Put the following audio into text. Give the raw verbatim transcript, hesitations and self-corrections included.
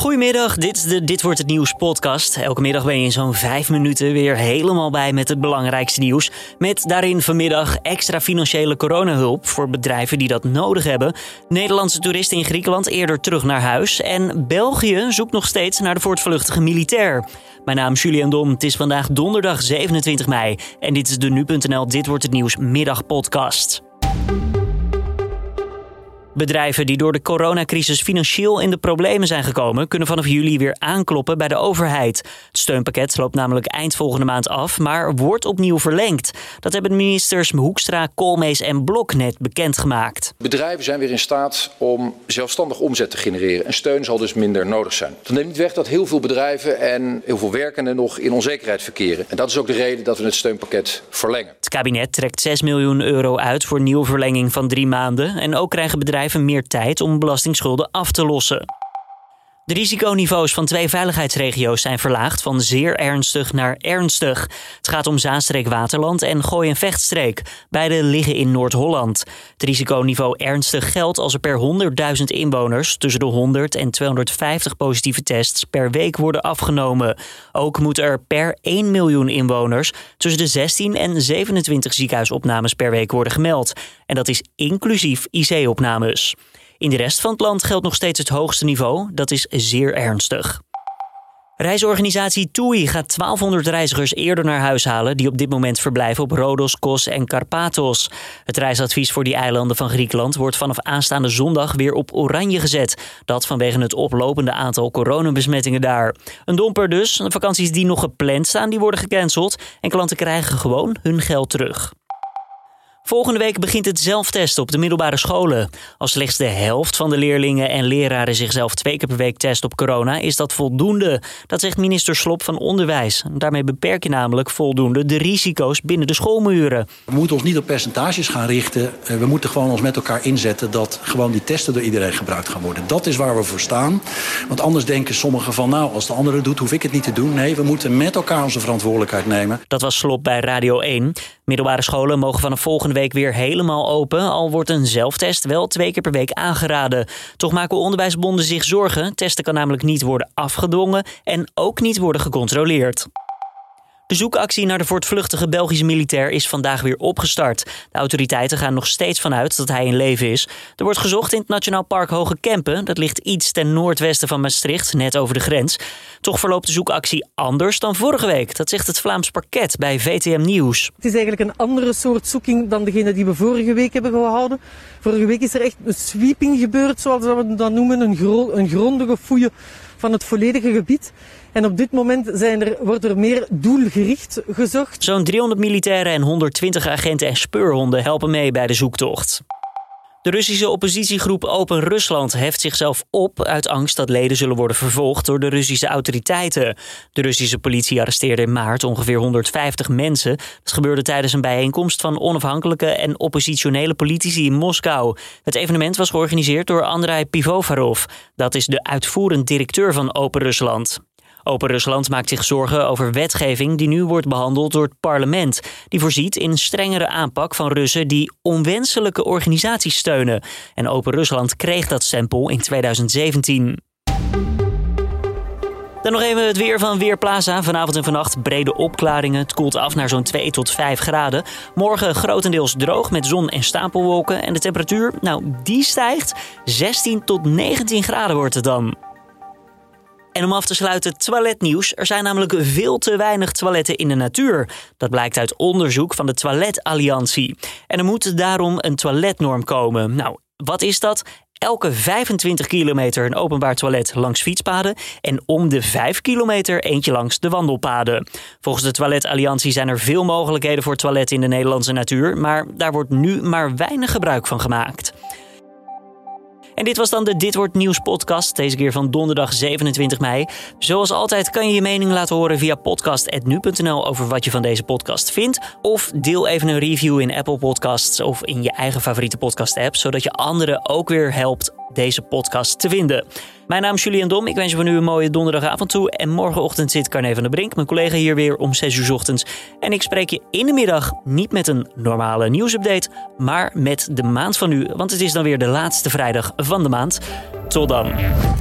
Goedemiddag, dit is de Dit Wordt Het Nieuws podcast. Elke middag ben je in zo'n vijf minuten weer helemaal bij met het belangrijkste nieuws. Met daarin vanmiddag extra financiële coronahulp voor bedrijven die dat nodig hebben. Nederlandse toeristen in Griekenland eerder terug naar huis. En België zoekt nog steeds naar de voortvluchtige militair. Mijn naam is Julian Dom, het is vandaag donderdag zevenentwintig mei. En dit is de nu punt n l Dit Wordt Het Nieuws middagpodcast. Bedrijven die door de coronacrisis financieel in de problemen zijn gekomen, kunnen vanaf juli weer aankloppen bij de overheid. Het steunpakket loopt namelijk eind volgende maand af, maar wordt opnieuw verlengd. Dat hebben de ministers Hoekstra, Koolmees en Blok net bekendgemaakt. Bedrijven zijn weer in staat om zelfstandig omzet te genereren en steun zal dus minder nodig zijn. Dat neemt niet weg dat heel veel bedrijven en heel veel werkenden nog in onzekerheid verkeren. En dat is ook de reden dat we het steunpakket verlengen. Het kabinet trekt zes miljoen euro uit voor nieuwe verlenging van drie maanden. En ook krijgen bedrijven meer tijd om belastingsschulden af te lossen. De risiconiveaus van twee veiligheidsregio's zijn verlaagd van zeer ernstig naar ernstig. Het gaat om Zaanstreek-Waterland en Gooi- en Vechtstreek. Beide liggen in Noord-Holland. Het risiconiveau ernstig geldt als er per honderdduizend inwoners tussen de honderd en tweehonderdvijftig positieve tests per week worden afgenomen. Ook moeten er per één miljoen inwoners tussen de zestien en zevenentwintig ziekenhuisopnames per week worden gemeld. En dat is inclusief I C-opnames. In de rest van het land geldt nog steeds het hoogste niveau, dat is zeer ernstig. Reisorganisatie TUI gaat twaalfhonderd reizigers eerder naar huis halen die op dit moment verblijven op Rodos, Kos en Karpathos. Het reisadvies voor die eilanden van Griekenland wordt vanaf aanstaande zondag weer op oranje gezet. Dat vanwege het oplopende aantal coronabesmettingen daar. Een domper dus, de vakanties die nog gepland staan, die worden gecanceld en klanten krijgen gewoon hun geld terug. Volgende week begint het zelftesten op de middelbare scholen. Als slechts de helft van de leerlingen en leraren zichzelf twee keer per week test op corona, is dat voldoende. Dat zegt minister Slop van Onderwijs. Daarmee beperk je namelijk voldoende de risico's binnen de schoolmuren. We moeten ons niet op percentages gaan richten. We moeten gewoon ons met elkaar inzetten dat gewoon die testen door iedereen gebruikt gaan worden. Dat is waar we voor staan. Want anders denken sommigen van nou, als de andere het doet, hoef ik het niet te doen. Nee, we moeten met elkaar onze verantwoordelijkheid nemen. Dat was Slop bij Radio één. Middelbare scholen mogen vanaf volgende week weer helemaal open, al wordt een zelftest wel twee keer per week aangeraden. Toch maken onderwijsbonden zich zorgen. Testen kan namelijk niet worden afgedwongen en ook niet worden gecontroleerd. De zoekactie naar de voortvluchtige Belgische militair is vandaag weer opgestart. De autoriteiten gaan nog steeds vanuit dat hij in leven is. Er wordt gezocht in het Nationaal Park Hoge Kempen. Dat ligt iets ten noordwesten van Maastricht, net over de grens. Toch verloopt de zoekactie anders dan vorige week. Dat zegt het Vlaams Parket bij V T M Nieuws. Het is eigenlijk een andere soort zoeking dan degene die we vorige week hebben gehouden. Vorige week is er echt een sweeping gebeurd, zoals we dat noemen. Een, gro- een grondige fouille van het volledige gebied. En op dit moment zijn er, wordt er meer doelgericht gezocht. Zo'n driehonderd militairen en honderdtwintig agenten en speurhonden helpen mee bij de zoektocht. De Russische oppositiegroep Open Rusland heft zichzelf op uit angst dat leden zullen worden vervolgd door de Russische autoriteiten. De Russische politie arresteerde in maart ongeveer honderdvijftig mensen. Dat gebeurde tijdens een bijeenkomst van onafhankelijke en oppositionele politici in Moskou. Het evenement was georganiseerd door Andrei Pivovarov. Dat is de uitvoerend directeur van Open Rusland. Open Rusland maakt zich zorgen over wetgeving die nu wordt behandeld door het parlement. Die voorziet in een strengere aanpak van Russen die onwenselijke organisaties steunen. En Open Rusland kreeg dat stempel in tweeduizend zeventien. Dan nog even het weer van Weerplaza. Vanavond en vannacht brede opklaringen. Het koelt af naar zo'n twee tot vijf graden. Morgen grotendeels droog met zon en stapelwolken. En de temperatuur, nou, die stijgt. zestien tot negentien graden wordt het dan. En om af te sluiten, toiletnieuws. Er zijn namelijk veel te weinig toiletten in de natuur. Dat blijkt uit onderzoek van de Toiletalliantie. En er moet daarom een toiletnorm komen. Nou, wat is dat? Elke vijfentwintig kilometer een openbaar toilet langs fietspaden en om de vijf kilometer eentje langs de wandelpaden. Volgens de Toiletalliantie zijn er veel mogelijkheden voor toiletten in de Nederlandse natuur, maar daar wordt nu maar weinig gebruik van gemaakt. En dit was dan de Dit Wordt Nieuws podcast, deze keer van donderdag zevenentwintig mei. Zoals altijd kan je je mening laten horen via podcast punt nu punt n l over wat je van deze podcast vindt. Of deel even een review in Apple Podcasts of in je eigen favoriete podcast app, zodat je anderen ook weer helpt deze podcast te vinden. Mijn naam is Julian Dom, ik wens je voor nu een mooie donderdagavond toe. En morgenochtend zit Carne van der Brink, mijn collega, hier weer om zes uur 's ochtends. En ik spreek je in de middag niet met een normale nieuwsupdate, maar met de maand van nu. Want het is dan weer de laatste vrijdag van de maand. Tot dan.